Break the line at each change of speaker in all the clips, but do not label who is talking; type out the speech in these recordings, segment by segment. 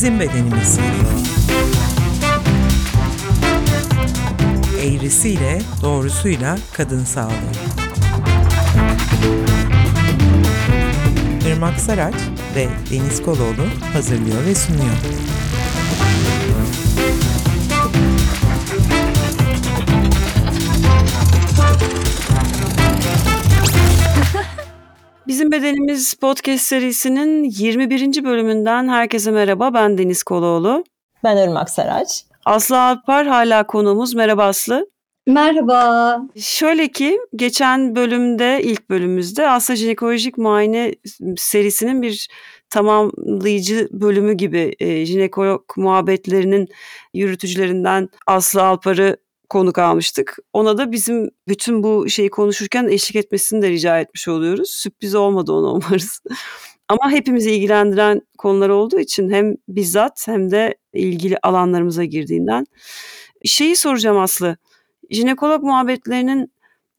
Bizim bedenimiz. Eğrisiyle, doğrusuyla kadın sağlığı. Irmak Saraç ve Deniz Koloğlu hazırlıyor ve sunuyor.
Bizim Bedenimiz podcast serisinin 21. bölümünden herkese merhaba. Ben Deniz Koloğlu.
Ben Irmak Saraç.
Aslı Alpar hala konuğumuz. Merhaba Aslı.
Merhaba.
Şöyle ki geçen bölümde, ilk bölümümüzde aslında jinekolojik muayene serisinin bir tamamlayıcı bölümü gibi jinekolog muhabbetlerinin yürütücülerinden Aslı Alpar'ı konuk almıştık. Ona da bizim bütün bu şeyi konuşurken eşlik etmesini de rica etmiş oluyoruz. Sürpriz olmadı onu umarız. Ama hepimizi ilgilendiren konular olduğu için hem bizzat hem de ilgili alanlarımıza girdiğinden. Şeyi soracağım Aslı. Jinekolog muhabbetlerinin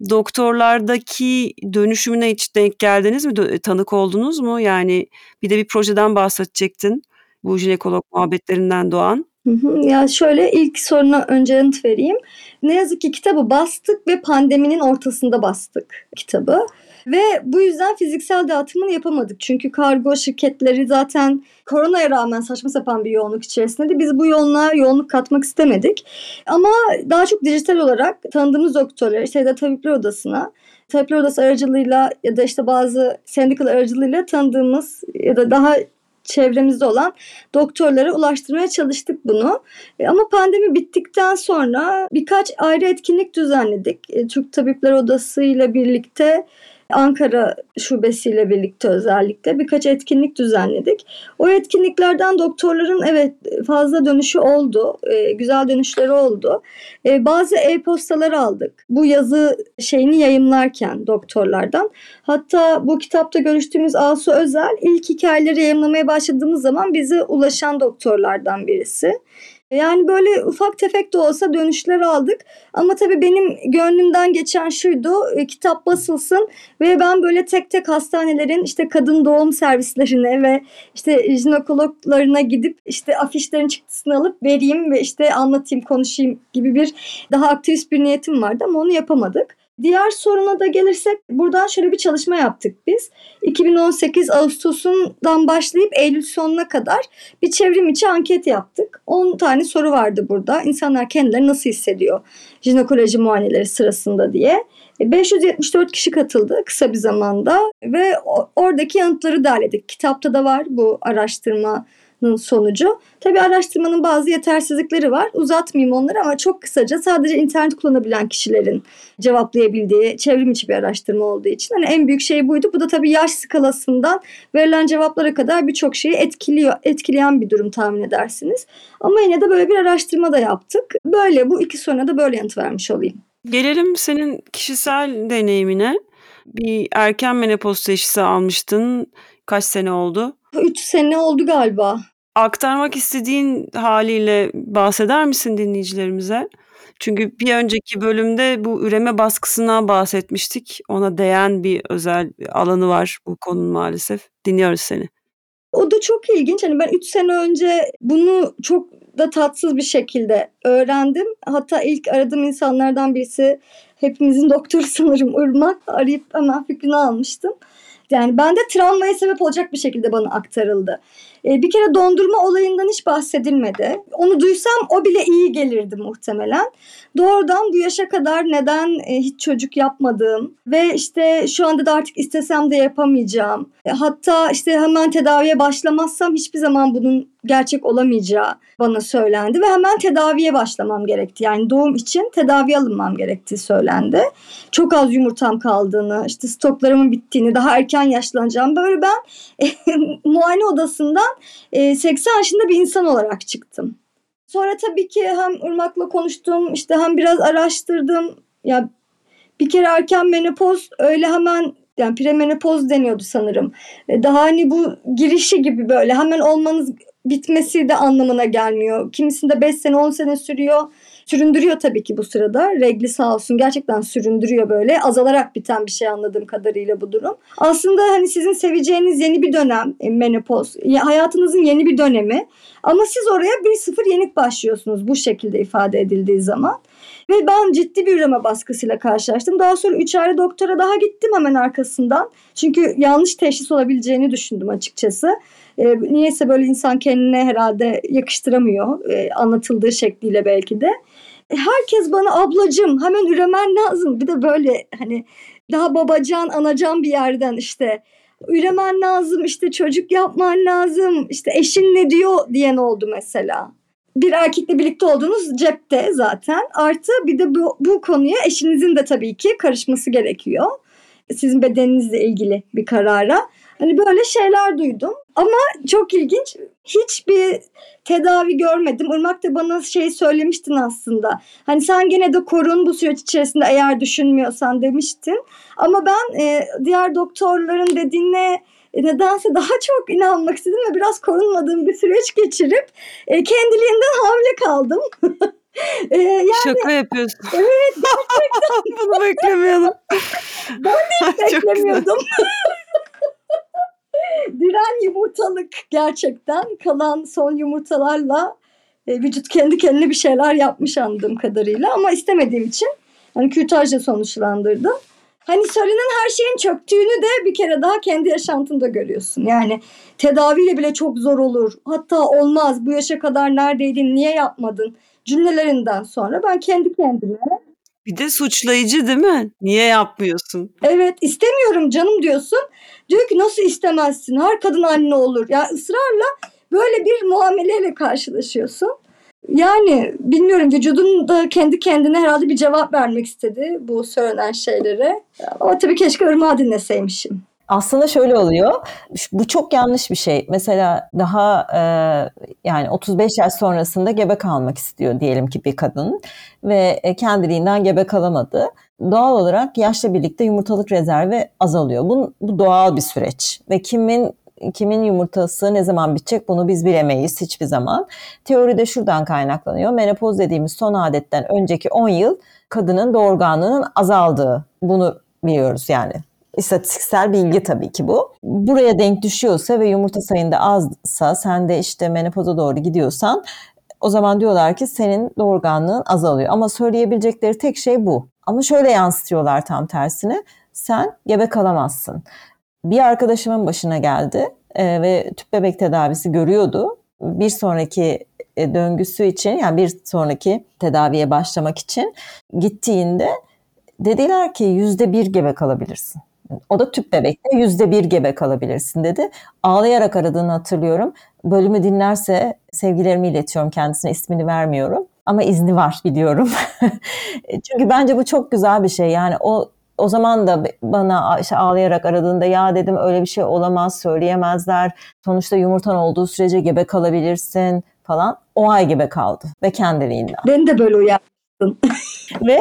doktorlardaki dönüşümüne hiç denk geldiniz mi? Tanık oldunuz mu? Yani bir de bir projeden bahsedecektin. Bu jinekolog muhabbetlerinden doğan.
Ya şöyle, ilk soruna önce yanıt vereyim. Ne yazık ki kitabı bastık ve pandeminin ortasında bastık kitabı. Ve bu yüzden fiziksel dağıtımını yapamadık. Çünkü kargo şirketleri zaten koronaya rağmen saçma sapan bir yoğunluk içerisindeydi. Biz bu yoğunluğa yoğunluk katmak istemedik. Ama daha çok dijital olarak tanıdığımız doktorlar, işte de tabipler odasına, tabipler odası aracılığıyla ya da işte bazı sendikalar aracılığıyla tanıdığımız ya da daha çevremizde olan doktorlara ulaştırmaya çalıştık bunu. Ama pandemi bittikten sonra birkaç ayrı etkinlik düzenledik. Türk Tabipler Odası ile birlikte, Ankara şubesiyle birlikte özellikle birkaç etkinlik düzenledik. O etkinliklerden doktorların evet fazla dönüşü oldu. Güzel dönüşleri oldu. Bazı e-postalar aldık. Bu yazı şeyini yayımlarken doktorlardan. Hatta bu kitapta görüştüğümüz Asu Özel ilk hikayeleri yayımlamaya başladığımız zaman bize ulaşan doktorlardan birisi. Yani böyle ufak tefek de olsa dönüşler aldık. Ama tabii benim gönlümden geçen şuydu: kitap basılsın ve ben böyle tek tek hastanelerin işte kadın doğum servislerine ve işte jinekologlarına gidip işte afişlerin çıktısını alıp vereyim ve işte anlatayım, konuşayım gibi bir daha aktivist bir niyetim vardı ama onu yapamadık. Diğer soruna da gelirsek, buradan şöyle bir çalışma yaptık biz. 2018 Ağustos'undan başlayıp Eylül sonuna kadar bir çevrim içi anket yaptık. 10 tane soru vardı burada. İnsanlar kendileri nasıl hissediyor jinekoloji muayeneleri sırasında diye. 574 kişi katıldı kısa bir zamanda ve oradaki yanıtları derledik. Kitapta da var bu araştırmanın sonucu. Tabii araştırmanın bazı yetersizlikleri var. Uzatmayayım onları ama çok kısaca, sadece internet kullanabilen kişilerin cevaplayabildiği çevrim içi bir araştırma olduğu için hani en büyük şey buydu. Bu da tabii yaş skalasından verilen cevaplara kadar birçok şeyi etkileyen bir durum tahmin edersiniz. Ama yine de böyle bir araştırma da yaptık. Böyle, bu iki soruna da böyle yanıt vermiş olayım.
Gelelim senin kişisel deneyimine. Bir erken menopoz teşhisi almıştın. Kaç sene oldu?
3 sene oldu galiba.
Aktarmak istediğin haliyle bahseder misin dinleyicilerimize? Çünkü bir önceki bölümde bu üreme baskısından bahsetmiştik. Ona değen bir özel alanı var bu konunun maalesef. Dinliyoruz seni.
O da çok ilginç. Hani ben 3 sene önce bunu çok da tatsız bir şekilde öğrendim. Hatta ilk aradığım insanlardan birisi, hepimizin doktoru sanırım, Irmak. Arayıp hemen fikrini almıştım. Yani bende travmaya sebep olacak bir şekilde bana aktarıldı. Bir kere dondurma olayından hiç bahsedilmedi. Onu duysam o bile iyi gelirdi muhtemelen. Doğrudan bu yaşa kadar neden hiç çocuk yapmadığım ve işte şu anda da artık istesem de yapamayacağım. Hatta işte hemen tedaviye başlamazsam hiçbir zaman bunun gerçek olamayacağı bana söylendi ve hemen tedaviye başlamam gerekti. Yani doğum için tedaviye alınmam gerektiği söylendi. Çok az yumurtam kaldığını, işte stoklarımın bittiğini, daha erken yaşlanacağım. Böyle ben muayene odasından 80 yaşında bir insan olarak çıktım. Sonra tabii ki hem Irmak'la konuştum, işte hem biraz araştırdım. Ya bir kere erken menopoz öyle hemen, yani premenopoz deniyordu sanırım. Daha hani bu girişi gibi böyle hemen olmanız, bitmesi de anlamına gelmiyor. Kimisinde 5 sene 10 sene sürüyor. Süründürüyor tabii ki bu sırada. Regli sağ olsun gerçekten süründürüyor böyle. Azalarak biten bir şey anladığım kadarıyla bu durum. Aslında hani sizin seveceğiniz yeni bir dönem menopoz. Hayatınızın yeni bir dönemi. Ama siz oraya 1-0 yenik başlıyorsunuz bu şekilde ifade edildiği zaman. Ve ben ciddi bir üreme baskısıyla karşılaştım. Daha sonra 3 ay doktora daha gittim hemen arkasından. Çünkü yanlış teşhis olabileceğini düşündüm açıkçası. Niyeyse böyle insan kendine herhalde yakıştıramıyor. Anlatıldığı şekliyle belki de. Herkes bana ablacığım hemen üremen lazım. Bir de böyle hani daha babacan anacan bir yerden işte üremen lazım, işte çocuk yapman lazım, işte eşin ne diyor diyen oldu mesela. Bir erkekle birlikte olduğunuz cepte zaten. Artı bir de bu konuya eşinizin de tabii ki karışması gerekiyor. Sizin bedeninizle ilgili bir karara. Hani böyle şeyler duydum. Ama çok ilginç. Hiçbir tedavi görmedim. Irmak da bana söylemiştin aslında. Hani sen gene de korun bu süreç içerisinde eğer düşünmüyorsan demiştin. Ama ben diğer doktorların dediğine nedense daha çok inanmak istedim ve biraz korunmadığım bir süreç geçirip kendiliğinden hamile kaldım.
Yani, şaka yapıyorsun.
Evet, gerçekten.
Bunu beklemiyordum.
Ben de beklemiyordum. Diren yumurtalık gerçekten. Kalan son yumurtalarla vücut kendi kendine bir şeyler yapmış anladığım kadarıyla. Ama istemediğim için hani kürtajla sonuçlandırdım. Hani söylenen her şeyin çöktüğünü de bir kere daha kendi yaşantında görüyorsun. Yani tedaviyle bile çok zor olur. Hatta olmaz, bu yaşa kadar neredeydin, niye yapmadın cümlelerinden sonra ben kendi kendime...
Bir de suçlayıcı değil mi? Niye yapmıyorsun?
Evet, istemiyorum canım diyorsun. Diyor ki nasıl istemezsin? Her kadın anne olur. Ya ısrarla böyle bir muameleyle karşılaşıyorsun. Yani bilmiyorum, vücudun da kendi kendine herhalde bir cevap vermek istedi bu söylenen şeylere. Ama tabii keşke Irmak'ı dinleseymişim.
Aslında şöyle oluyor. Bu çok yanlış bir şey. Mesela daha yani 35 yaş sonrasında gebe kalmak istiyor diyelim ki bir kadın ve kendiliğinden gebe kalamadı. Doğal olarak yaşla birlikte yumurtalık rezervi azalıyor. Bu doğal bir süreç ve kimin yumurtası ne zaman bitecek bunu biz bilemeyiz hiçbir zaman. Teoride şuradan kaynaklanıyor. Menopoz dediğimiz son adetten önceki 10 yıl kadının doğurganlığının azaldığı. Bunu biliyoruz yani. İstatistiksel bilgi tabii ki bu. Buraya denk düşüyorsa ve yumurta sayında azsa, sen de işte menopoza doğru gidiyorsan, o zaman diyorlar ki senin doğurganlığın azalıyor. Ama söyleyebilecekleri tek şey bu. Ama şöyle yansıtıyorlar tam tersine. Sen gebe kalamazsın. Bir arkadaşımın başına geldi ve tüp bebek tedavisi görüyordu. Bir sonraki döngüsü için, yani bir sonraki tedaviye başlamak için gittiğinde dediler ki %1 gebe kalabilirsin. O da tüp bebekte %1 gebe kalabilirsin dedi. Ağlayarak aradığını hatırlıyorum. Bölümü dinlerse sevgilerimi iletiyorum kendisine, ismini vermiyorum. Ama izni var biliyorum. Çünkü bence bu çok güzel bir şey. Yani o zaman da bana işte ağlayarak aradığında ya dedim öyle bir şey olamaz, söyleyemezler. Sonuçta yumurtan olduğu sürece gebe kalabilirsin falan. O ay gebe kaldı ve kendiliğinden.
Beni de böyle uyardın.
Ve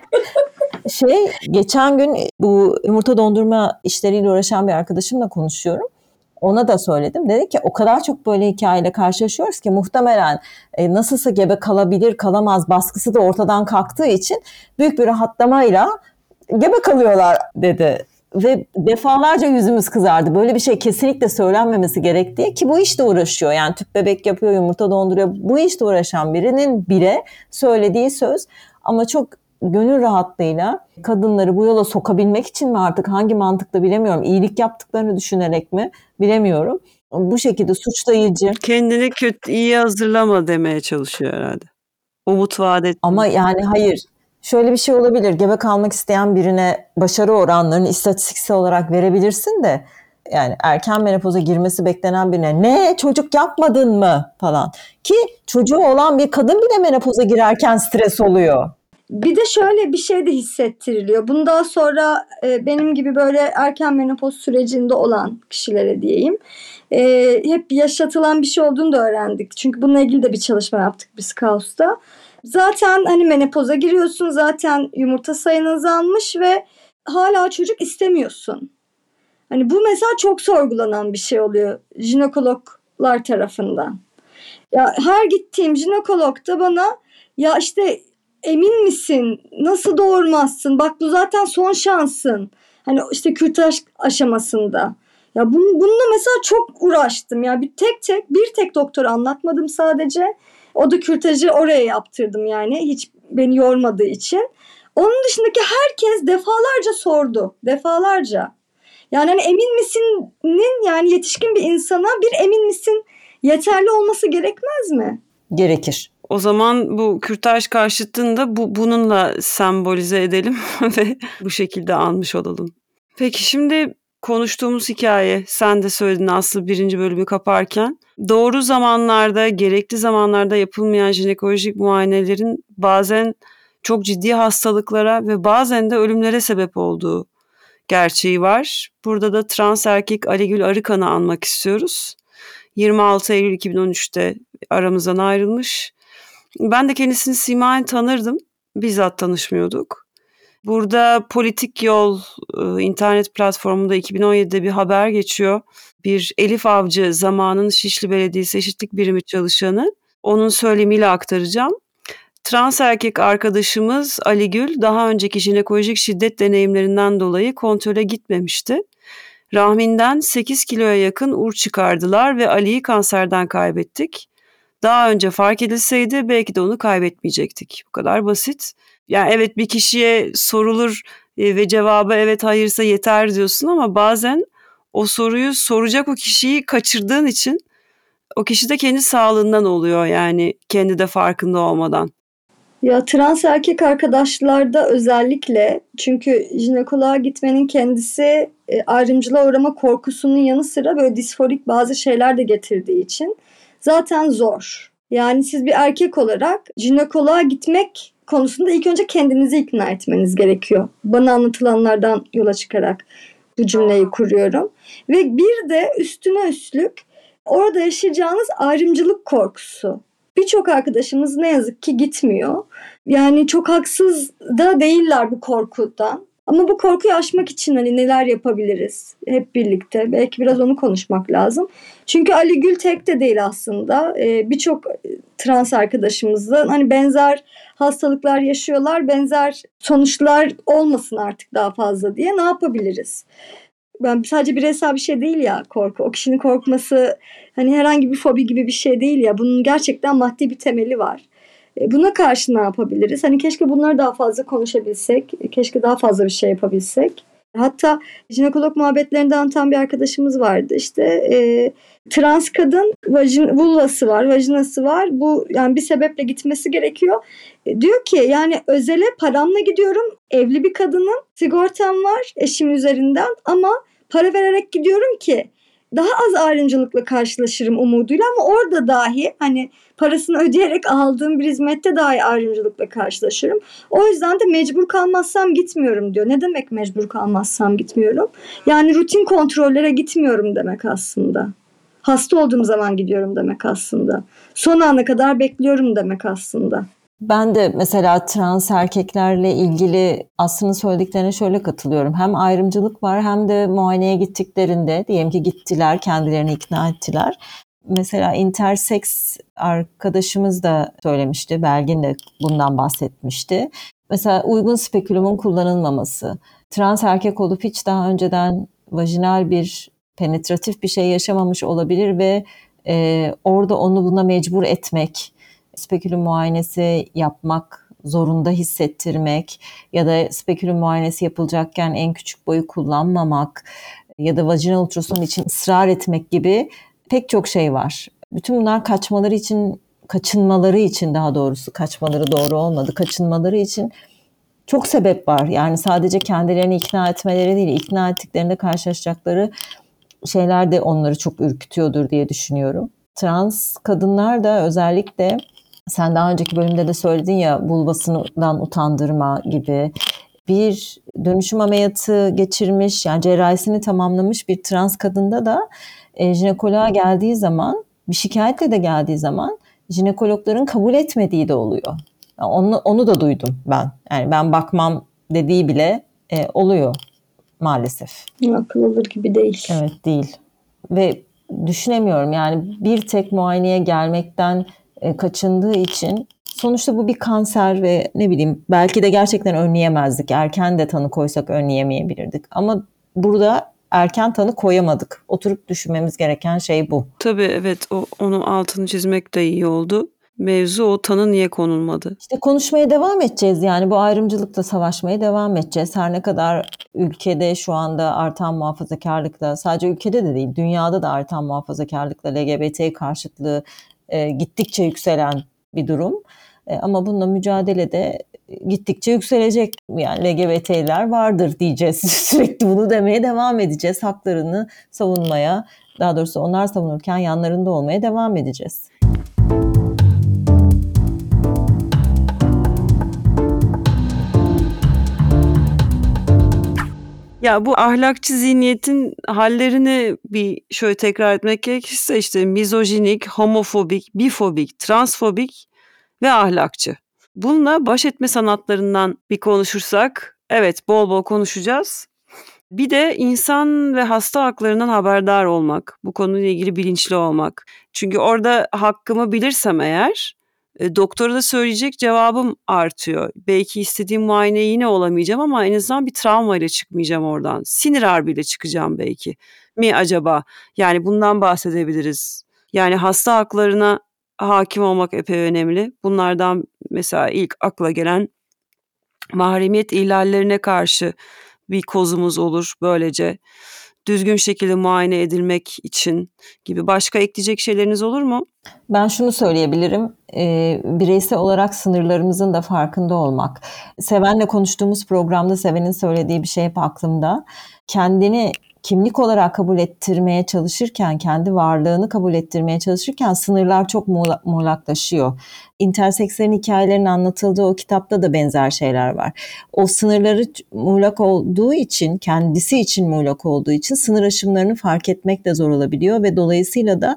geçen gün bu yumurta dondurma işleriyle uğraşan bir arkadaşımla konuşuyorum. Ona da söyledim. Dedi ki o kadar çok böyle hikayeyle karşılaşıyoruz ki muhtemelen nasılsa gebe kalabilir kalamaz baskısı da ortadan kalktığı için büyük bir rahatlamayla gebe kalıyorlar dedi. Ve defalarca yüzümüz kızardı. Böyle bir şey kesinlikle söylenmemesi gerektiği, ki bu işte uğraşıyor. Yani tüp bebek yapıyor, yumurta donduruyor. Bu işte uğraşan birinin bile söylediği söz, ama çok gönül rahatlığıyla kadınları bu yola sokabilmek için mi artık, hangi mantıkla bilemiyorum. İyilik yaptıklarını düşünerek mi bilemiyorum. Bu şekilde suçlayıcı.
Kendini iyi hazırlama demeye çalışıyor herhalde. Umut vaat etmiyor.
Ama yani hayır. Şöyle bir şey olabilir. Gebe kalmak isteyen birine başarı oranlarını istatistiksel olarak verebilirsin de yani erken menopoza girmesi beklenen birine ne çocuk yapmadın mı falan. Ki çocuğu olan bir kadın bile menopoza girerken stres oluyor.
Bir de şöyle bir şey de hissettiriliyor. Bundan sonra benim gibi böyle erken menopoz sürecinde olan kişilere diyeyim. Hep yaşatılan bir şey olduğunu da öğrendik. Çünkü bununla ilgili de bir çalışma yaptık biz Kaos'ta. Zaten hani menopoza giriyorsun, zaten yumurta sayın azalmış ve hala çocuk istemiyorsun. Hani bu mesela çok sorgulanan bir şey oluyor jinekologlar tarafından. Ya her gittiğim jinekolog da bana ya işte emin misin? Nasıl doğurmazsın? Bak bu zaten son şansın. Hani işte kürtaj aşamasında. Ya bununla mesela çok uğraştım. Ya bir tek doktora anlatmadım sadece. O da kürtajı oraya yaptırdım yani. Hiç beni yormadığı için. Onun dışındaki herkes defalarca sordu. Defalarca. Yani hani emin misinin yani yetişkin bir insana bir emin misin yeterli olması gerekmez mi?
Gerekir.
O zaman bu kürtaj karşıtını da bununla sembolize edelim ve bu şekilde almış olalım. Peki şimdi konuştuğumuz hikaye, sen de söyledin Aslı 1. bölümü kaparken, doğru zamanlarda, gerekli zamanlarda yapılmayan jinekolojik muayenelerin bazen çok ciddi hastalıklara ve bazen de ölümlere sebep olduğu gerçeği var. Burada da trans erkek Aligül Arıkan'ı anmak istiyoruz. 26 Eylül 2013'te aramızdan ayrılmış. Ben de kendisini simayen tanırdım. Bizzat tanışmıyorduk. Burada Politik Yol internet platformunda 2017'de bir haber geçiyor. Bir Elif Avcı, zamanın Şişli Belediyesi Eşitlik Birimi çalışanı. Onun söylemiyle aktaracağım. Trans erkek arkadaşımız Aligül daha önceki jinekolojik şiddet deneyimlerinden dolayı kontrole gitmemişti. Rahminden 8 kiloya yakın ur çıkardılar ve Ali'yi kanserden kaybettik. Daha önce fark edilseydi belki de onu kaybetmeyecektik. Bu kadar basit. Yani evet, bir kişiye sorulur ve cevabı evet hayırsa yeter diyorsun ama bazen o soruyu soracak o kişiyi kaçırdığın için o kişi de kendi sağlığından oluyor, yani kendi de farkında olmadan.
Ya trans erkek arkadaşlarda özellikle, çünkü jinekoloğa gitmenin kendisi ayrımcılığa uğrama korkusunun yanı sıra böyle disforik bazı şeyler de getirdiği için zaten zor. Yani siz bir erkek olarak jinekoloğa gitmek konusunda ilk önce kendinizi ikna etmeniz gerekiyor. Bana anlatılanlardan yola çıkarak bu cümleyi kuruyorum. Ve bir de üstüne üstlük orada yaşayacağınız ayrımcılık korkusu. Birçok arkadaşımız ne yazık ki gitmiyor. Yani çok haksız da değiller bu korkudan. Ama bu korkuyu aşmak için hani neler yapabiliriz hep birlikte? Belki biraz onu konuşmak lazım. Çünkü Aligül tek de değil aslında. Birçok trans arkadaşımızla hani benzer hastalıklar yaşıyorlar. Benzer sonuçlar olmasın artık daha fazla diye ne yapabiliriz? Ben sadece bireysel bir şey değil ya korku. O kişinin korkması hani herhangi bir fobi gibi bir şey değil ya. Bunun gerçekten maddi bir temeli var. Buna karşı ne yapabiliriz? Hani keşke bunları daha fazla konuşabilsek. Keşke daha fazla bir şey yapabilsek. Hatta jinekolog muhabbetlerinde anlatan bir arkadaşımız vardı. İşte trans kadın vullası var, vajinası var. Bu yani bir sebeple gitmesi gerekiyor. Diyor ki yani özele paramla gidiyorum. Evli bir kadının, sigortam var eşimin üzerinden ama para vererek gidiyorum ki daha az ayrımcılıkla karşılaşırım umuduyla, ama orada dahi hani parasını ödeyerek aldığım bir hizmette dahi ayrımcılıkla karşılaşırım. O yüzden de mecbur kalmazsam gitmiyorum diyor. Ne demek mecbur kalmazsam gitmiyorum? Yani rutin kontrollere gitmiyorum demek aslında. Hasta olduğum zaman gidiyorum demek aslında. Son ana kadar bekliyorum demek aslında.
Ben de mesela trans erkeklerle ilgili Aslı'nın söylediklerine şöyle katılıyorum. Hem ayrımcılık var hem de muayeneye gittiklerinde diyelim ki gittiler, kendilerini ikna ettiler. Mesela intersex arkadaşımız da söylemişti, Belgin de bundan bahsetmişti. Mesela uygun spekülümün kullanılmaması, trans erkek olup hiç daha önceden vajinal bir penetratif bir şey yaşamamış olabilir ve orada onu buna mecbur etmek, spekülüm muayenesi yapmak zorunda hissettirmek ya da spekülüm muayenesi yapılacakken en küçük boyu kullanmamak ya da vajinal ultrason için ısrar etmek gibi pek çok şey var. Bütün bunlar kaçınmaları için kaçmaları doğru olmadı. Kaçınmaları için çok sebep var. Yani sadece kendilerini ikna etmeleri değil, ikna ettiklerinde karşılaşacakları şeyler de onları çok ürkütüyordur diye düşünüyorum. Trans kadınlar da özellikle, sen daha önceki bölümde de söyledin ya, vulvasından utandırma gibi, bir dönüşüm ameliyatı geçirmiş, yani cerrahisini tamamlamış bir trans kadında da jinekoloğa geldiği zaman, bir şikayetle de geldiği zaman jinekologların kabul etmediği de oluyor. Yani onu da duydum ben. Yani ben bakmam dediği bile oluyor maalesef.
Akıl alır gibi değil.
Evet, değil. Ve düşünemiyorum yani bir tek muayeneye gelmekten kaçındığı için Sonuçta bu bir kanser ve ne bileyim belki de gerçekten önleyemezdik. Erken de tanı koysak önleyemeyebilirdik. Ama burada erken tanı koyamadık. Oturup düşünmemiz gereken şey bu.
Tabii evet, onun altını çizmek de iyi oldu. Mevzu o tanı niye konulmadı?
İşte konuşmaya devam edeceğiz, yani bu ayrımcılıkla savaşmaya devam edeceğiz. Her ne kadar ülkede şu anda artan muhafazakarlıkla, sadece ülkede de değil dünyada da artan muhafazakarlıkla LGBT karşıtlığı gittikçe yükselen bir durum. Ama bununla mücadelede gittikçe yükselecek. Yani LGBT'ler vardır diyeceğiz. Sürekli bunu demeye devam edeceğiz. Haklarını savunmaya, daha doğrusu onlar savunurken yanlarında olmaya devam edeceğiz.
Ya bu ahlakçı zihniyetin hallerini bir şöyle tekrar etmek gerekirse işte mizojinik, homofobik, bifobik, transfobik ve ahlakçı. Bununla baş etme sanatlarından bir konuşursak, evet bol bol konuşacağız. Bir de insan ve hasta haklarından haberdar olmak, bu konuyla ilgili bilinçli olmak. Çünkü orada hakkımı bilirsem eğer, doktora da söyleyecek cevabım artıyor. Belki istediğim muayene yine olamayacağım ama en azından bir travmayla çıkmayacağım oradan. Sinir harbiyle çıkacağım belki mi acaba? Yani bundan bahsedebiliriz. Yani hasta haklarına hakim olmak epey önemli. Bunlardan mesela ilk akla gelen mahremiyet ihlallerine karşı bir kozumuz olur böylece. Düzgün şekilde muayene edilmek için gibi. Başka ekleyecek şeyleriniz olur mu?
Ben şunu söyleyebilirim, bireysel olarak sınırlarımızın da farkında olmak. Seven'le konuştuğumuz programda Seven'in söylediği bir şey hep aklımda. Kendini kimlik olarak kabul ettirmeye çalışırken, kendi varlığını kabul ettirmeye çalışırken sınırlar çok muğlaklaşıyor. İntersekslerin hikayelerinin anlatıldığı o kitapta da benzer şeyler var. O sınırları muğlak olduğu için, kendisi için muğlak olduğu için sınır aşımlarını fark etmek de zor olabiliyor ve dolayısıyla da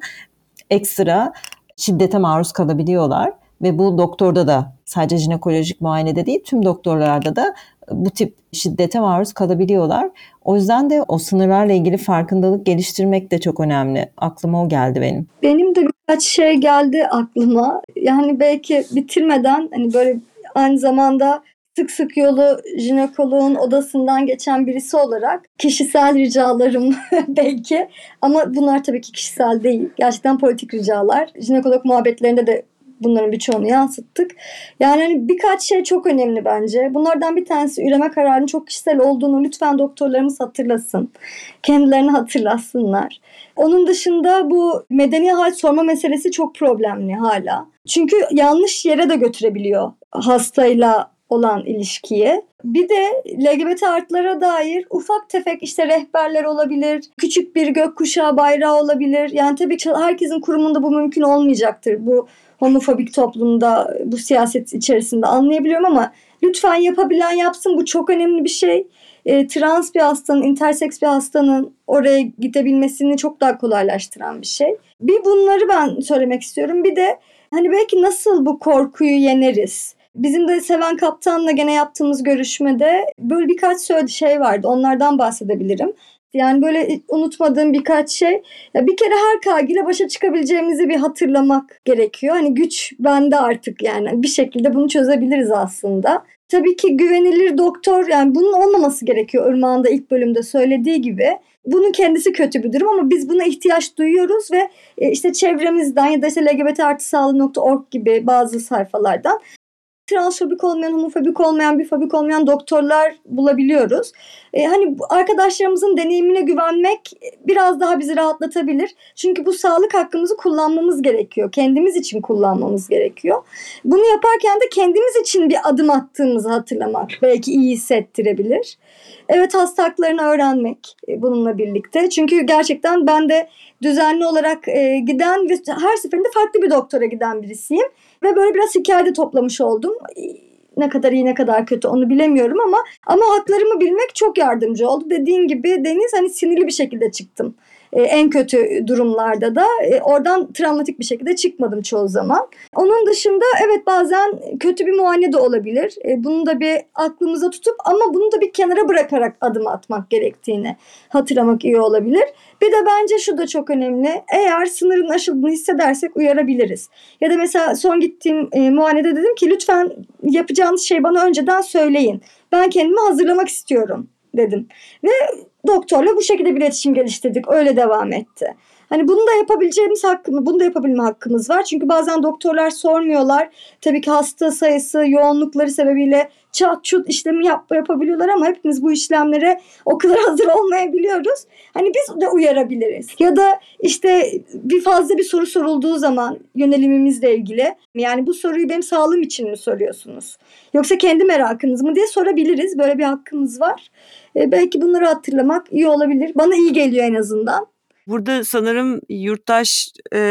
ekstra şiddete maruz kalabiliyorlar. Ve bu doktorda da, sadece jinekolojik muayenede değil tüm doktorlarda da bu tip şiddete maruz kalabiliyorlar. O yüzden de o sınırlarla ilgili farkındalık geliştirmek de çok önemli. Aklıma o geldi benim.
Benim de birkaç şey geldi aklıma. Yani belki bitirmeden hani böyle aynı zamanda sık sık yolu jinekoloğun odasından geçen birisi olarak kişisel ricalarım belki, ama bunlar tabii ki kişisel değil. Gerçekten politik ricalar. Jinekolog muhabbetlerinde de bunların birçoğunu yansıttık. Yani hani birkaç şey çok önemli bence. Bunlardan bir tanesi, üreme kararının çok kişisel olduğunu lütfen doktorlarımız hatırlasın. Kendilerini hatırlasınlar. Onun dışında bu medeni hal sorma meselesi çok problemli hala. Çünkü yanlış yere de götürebiliyor hastayla olan ilişkiye. Bir de LGBT artılara dair ufak tefek işte rehberler olabilir, küçük bir gökkuşağı bayrağı olabilir. Yani tabii ki herkesin kurumunda bu mümkün olmayacaktır. Bu homofobik toplumda, bu siyaset içerisinde anlayabiliyorum ama lütfen yapabilen yapsın. Bu çok önemli bir şey. Trans bir hastanın, interseks bir hastanın oraya gidebilmesini çok daha kolaylaştıran bir şey. Bir bunları ben söylemek istiyorum. Bir de hani belki nasıl bu korkuyu yeneriz? Bizim de Seven Kaptan'la gene yaptığımız görüşmede böyle birkaç şey vardı. Onlardan bahsedebilirim. Yani böyle unutmadığım birkaç şey. Ya bir kere her kaygıyla başa çıkabileceğimizi bir hatırlamak gerekiyor. Hani güç bende artık, yani bir şekilde bunu çözebiliriz aslında. Tabii ki güvenilir doktor, yani bunun olmaması gerekiyor. Irmak'ın da ilk bölümde söylediği gibi. Bunun kendisi kötü bir durum ama biz buna ihtiyaç duyuyoruz ve işte çevremizden ya da işte lgbt-sağlığı.org gibi bazı sayfalardan transfobik olmayan, homofobik olmayan, bifobik olmayan doktorlar bulabiliyoruz. Hani arkadaşlarımızın deneyimine güvenmek biraz daha bizi rahatlatabilir. Çünkü bu sağlık hakkımızı kullanmamız gerekiyor. Kendimiz için kullanmamız gerekiyor. Bunu yaparken de kendimiz için bir adım attığımızı hatırlamak belki iyi hissettirebilir. Evet, hasta haklarını öğrenmek bununla birlikte. Çünkü gerçekten ben de düzenli olarak giden ve her seferinde farklı bir doktora giden birisiyim. Ve böyle biraz hikayede toplamış oldum. Ne kadar iyi ne kadar kötü onu bilemiyorum ama haklarımı bilmek çok yardımcı oldu. Dediğin gibi Deniz, hani sinirli bir şekilde çıktım En kötü durumlarda da oradan travmatik bir şekilde çıkmadım çoğu zaman. Onun dışında evet bazen kötü bir muayene de olabilir. Bunu da bir aklımıza tutup ama bunu da bir kenara bırakarak adım atmak gerektiğini hatırlamak iyi olabilir. Bir de bence şu da çok önemli. Eğer sınırın aşıldığını hissedersek uyarabiliriz. Ya da mesela son gittiğim muayenede dedim ki lütfen yapacağınız şeyi bana önceden söyleyin. Ben kendimi hazırlamak istiyorum dedim. Ve doktorla bu şekilde bir iletişim geliştirdik. Öyle devam etti. Hani bunu da bunu da yapabilme hakkımız var. Çünkü bazen doktorlar sormuyorlar. Tabii ki hasta sayısı, yoğunlukları sebebiyle çat çut işlemi yapabiliyorlar ama hepimiz bu işlemlere o kadar hazır olmayabiliyoruz. Hani biz de uyarabiliriz. Ya da işte fazla bir soru sorulduğu zaman yönelimimizle ilgili, yani bu soruyu benim sağlığım için mi soruyorsunuz? Yoksa kendi merakınız mı diye sorabiliriz. Böyle bir hakkımız var. Belki bunları hatırlamak iyi olabilir. Bana iyi geliyor en azından.
Burada sanırım yurttaş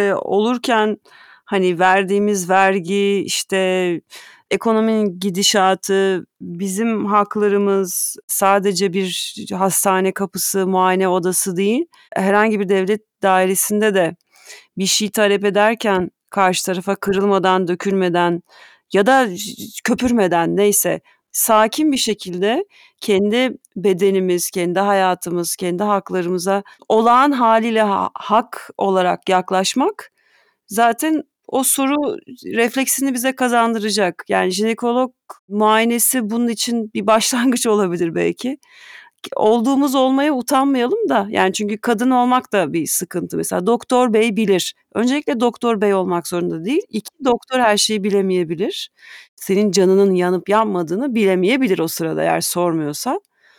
olurken hani verdiğimiz vergi, işte ekonominin gidişatı, bizim haklarımız sadece bir hastane kapısı, muayene odası değil. Herhangi bir devlet dairesinde de bir şey talep ederken karşı tarafa kırılmadan, dökülmeden ya da köpürmeden neyse sakin bir şekilde kendi bedenimiz, kendi hayatımız, kendi haklarımıza olağan haliyle hak olarak yaklaşmak zaten o soru refleksini bize kazandıracak. Yani jinekolog muayenesi bunun için bir başlangıç olabilir belki. Olduğumuz olmaya utanmayalım da, yani çünkü kadın olmak da bir sıkıntı. Mesela doktor bey bilir. Öncelikle doktor bey olmak zorunda değil. İki, doktor her şeyi bilemeyebilir. Senin canının yanıp yanmadığını bilemeyebilir o sırada eğer sormuyorsa.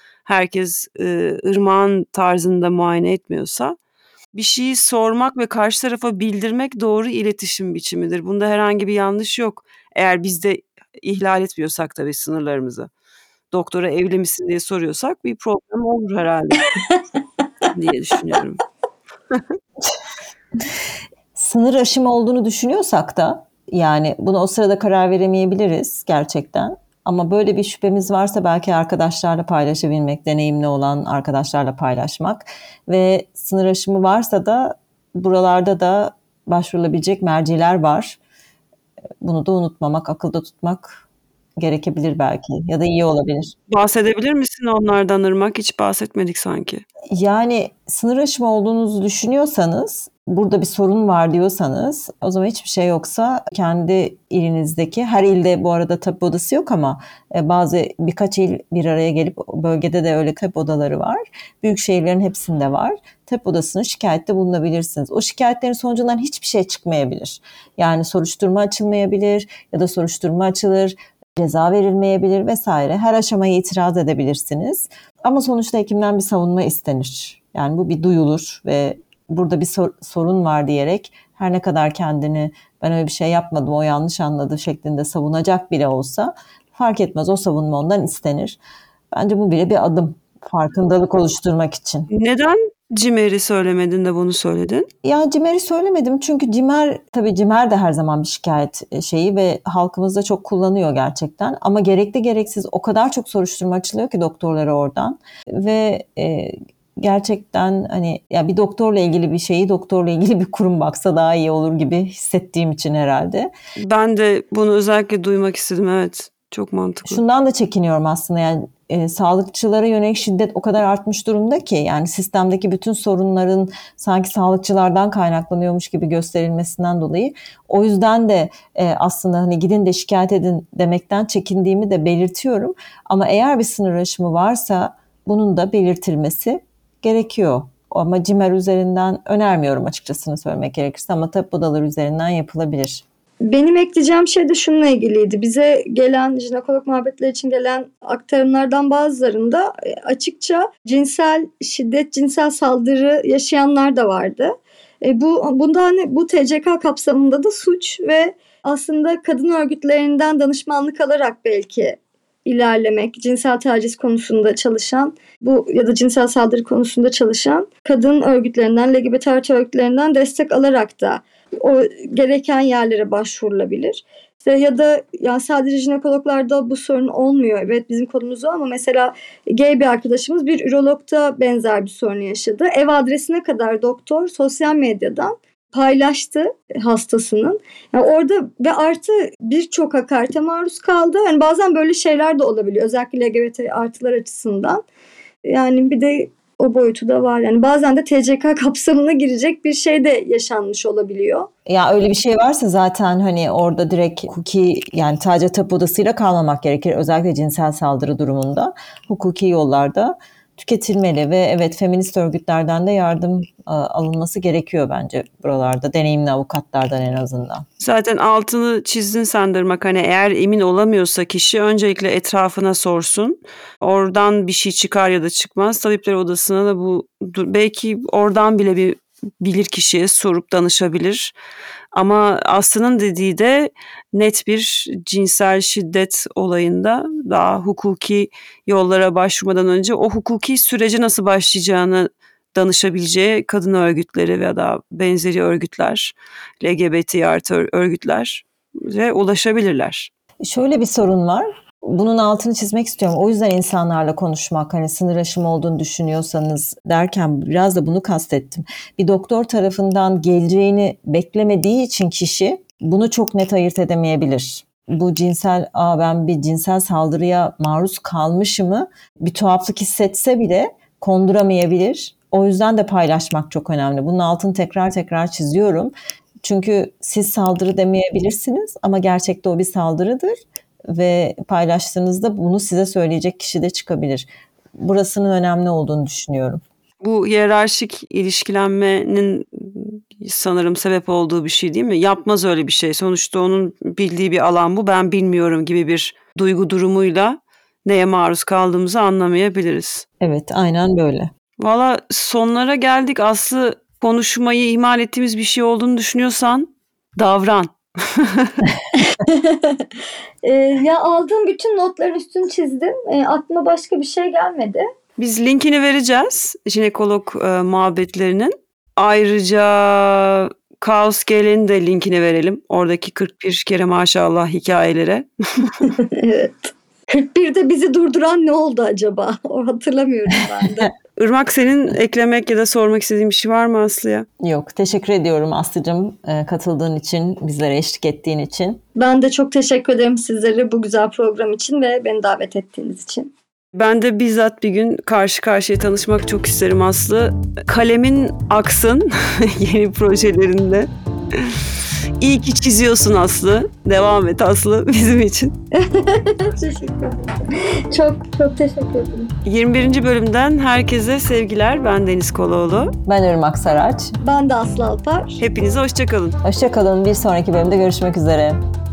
Herkes ırmağın tarzında muayene etmiyorsa. Bir şeyi sormak ve karşı tarafa bildirmek doğru iletişim biçimidir. Bunda herhangi bir yanlış yok. Eğer biz de ihlal etmiyorsak tabii sınırlarımızı. Doktora evli misin diye soruyorsak bir problem olur herhalde diye düşünüyorum.
Sınır aşımı olduğunu düşünüyorsak da yani buna o sırada karar veremeyebiliriz gerçekten. Ama böyle bir şüphemiz varsa belki arkadaşlarla paylaşabilmek, deneyimli olan arkadaşlarla paylaşmak ve sınır aşımı varsa da buralarda da başvurulabilecek merciler var. Bunu da unutmamak, akılda tutmak gerekebilir belki ya da iyi olabilir.
Bahsedebilir misin onlardan Irmak? Hiç bahsetmedik sanki.
Yani sınır aşımı olduğunuzu düşünüyorsanız, burada bir sorun var diyorsanız, o zaman hiçbir şey yoksa kendi ilinizdeki, her ilde bu arada tabip odası yok ama birkaç il bir araya gelip bölgede de öyle tabip odaları var. Büyük şehirlerin hepsinde var. Tabip odasına şikayette bulunabilirsiniz. O şikayetlerin sonucundan hiçbir şey çıkmayabilir. Yani soruşturma açılmayabilir ya da soruşturma açılır, ceza verilmeyebilir vesaire. Her aşamaya itiraz edebilirsiniz. Ama sonuçta hekimden bir savunma istenir. Yani bu bir duyulur ve burada bir sorun var diyerek her ne kadar kendini ben öyle bir şey yapmadım, o yanlış anladı şeklinde savunacak bile olsa fark etmez, o savunma ondan istenir. Bence bu bile bir adım farkındalık oluşturmak için.
Neden CİMER'i söylemedin de bunu söyledin?
Ya CİMER'i söylemedim çünkü CİMER de her zaman bir şikayet şeyi ve halkımız da çok kullanıyor gerçekten. Ama gerekli gereksiz o kadar çok soruşturma açılıyor ki doktorlara oradan ve gerçekten hani ya bir doktorla ilgili bir şeyi doktorla ilgili bir kurum baksa daha iyi olur gibi hissettiğim için herhalde.
Ben de bunu özellikle duymak istedim, evet. Çok mantıklı.
Şundan da çekiniyorum aslında, yani sağlıkçılara yönelik şiddet o kadar artmış durumda ki, yani sistemdeki bütün sorunların sanki sağlıkçılardan kaynaklanıyormuş gibi gösterilmesinden dolayı. O yüzden de aslında hani gidin de şikayet edin demekten çekindiğimi de belirtiyorum. Ama eğer bir sınır aşımı varsa bunun da belirtilmesi gerekiyor. Ama CİMER üzerinden önermiyorum açıkçası söylemek gerekirse, ama tabip odaları üzerinden yapılabilir.
Benim ekleyeceğim şey de şununla ilgiliydi. Bize gelen jinekolog muhabbetleri için gelen aktarımlardan bazılarında açıkça cinsel şiddet, cinsel saldırı yaşayanlar da vardı. Bu TCK kapsamında da suç ve aslında kadın örgütlerinden danışmanlık alarak belki ilerlemek, cinsel taciz konusunda çalışan ya da cinsel saldırı konusunda çalışan kadın örgütlerinden, LGBT artı örgütlerinden destek alarak da o gereken yerlere başvurulabilir. İşte ya da yani sadece jinekologlarda bu sorun olmuyor. Evet, bizim konumuz o ama mesela gay bir arkadaşımız bir ürologda benzer bir sorunu yaşadı. Ev adresine kadar doktor sosyal medyadan paylaştı hastasının. Yani orada ve artı birçok hakarete maruz kaldı. Yani bazen böyle şeyler de olabiliyor. Özellikle LGBT artılar açısından. Yani bir de o boyutu da var. Yani bazen de TCK kapsamına girecek bir şey de yaşanmış olabiliyor.
Ya öyle bir şey varsa zaten hani orada direkt hukuki, yani sadece tıp odasıyla kalmamak gerekir. Özellikle cinsel saldırı durumunda hukuki yollarda tüketilmeli ve evet, feminist örgütlerden de yardım alınması gerekiyor bence buralarda. Deneyimli avukatlardan en azından.
Zaten altını çizdin Sandırmak. Hani eğer emin olamıyorsa kişi öncelikle etrafına sorsun. Oradan bir şey çıkar ya da çıkmaz. Tabipler Odası'na da bu belki oradan bile bir bilir kişiye sorup danışabilir. Ama Aslı'nın dediği de net bir cinsel şiddet olayında daha hukuki yollara başvurmadan önce o hukuki sürece nasıl başlayacağını danışabileceği kadın örgütleri veya da benzeri örgütler, LGBT artı örgütlere ulaşabilirler.
Şöyle bir sorun var. Bunun altını çizmek istiyorum. O yüzden insanlarla konuşmak, hani sınır aşımı olduğunu düşünüyorsanız derken biraz da bunu kastettim. Bir doktor tarafından geleceğini beklemediği için kişi bunu çok net ayırt edemeyebilir. Bu ben bir cinsel saldırıya maruz kalmışımı bir tuhaflık hissetse bile konduramayabilir. O yüzden de paylaşmak çok önemli. Bunun altını tekrar çiziyorum. Çünkü siz saldırı demeyebilirsiniz ama gerçekte o bir saldırıdır. Ve paylaştığınızda bunu size söyleyecek kişi de çıkabilir. Burasının önemli olduğunu düşünüyorum.
Bu hiyerarşik ilişkilenmenin sanırım sebep olduğu bir şey değil mi? Yapmaz öyle bir şey. Sonuçta onun bildiği bir alan bu, ben bilmiyorum gibi bir duygu durumuyla neye maruz kaldığımızı anlamayabiliriz.
Evet, aynen böyle.
Valla sonlara geldik. Aslı, konuşmayı ihmal ettiğimiz bir şey olduğunu düşünüyorsan davran.
Ya aldığım bütün notların üstünü çizdim. Aklıma başka bir şey gelmedi.
Biz linkini vereceğiz jinekolog muhabbetlerinin. Ayrıca Kaos Gel'in de linkini verelim. Oradaki 41 kere maşallah hikayelere.
Evet. 41'de bizi durduran ne oldu acaba? O hatırlamıyorum ben de.
Irmak, senin eklemek ya da sormak istediğin bir şey var mı Aslı'ya?
Yok, teşekkür ediyorum Aslı'cığım katıldığın için, bizlere eşlik ettiğin için.
Ben de çok teşekkür ederim sizlere bu güzel program için ve beni davet ettiğiniz için.
Ben de bizzat bir gün karşı karşıya tanışmak çok isterim Aslı. Kalemin aksın yeni projelerinde. İyi ki çiziyorsun Aslı. Devam et Aslı bizim için.
Teşekkür ederim. Çok teşekkür ederim.
21. bölümden herkese sevgiler. Ben Deniz Koloğlu.
Ben Irmak Saraç.
Ben de Aslı Alpar.
Hepinize hoşça kalın.
Hoşça kalın. Bir sonraki bölümde görüşmek üzere.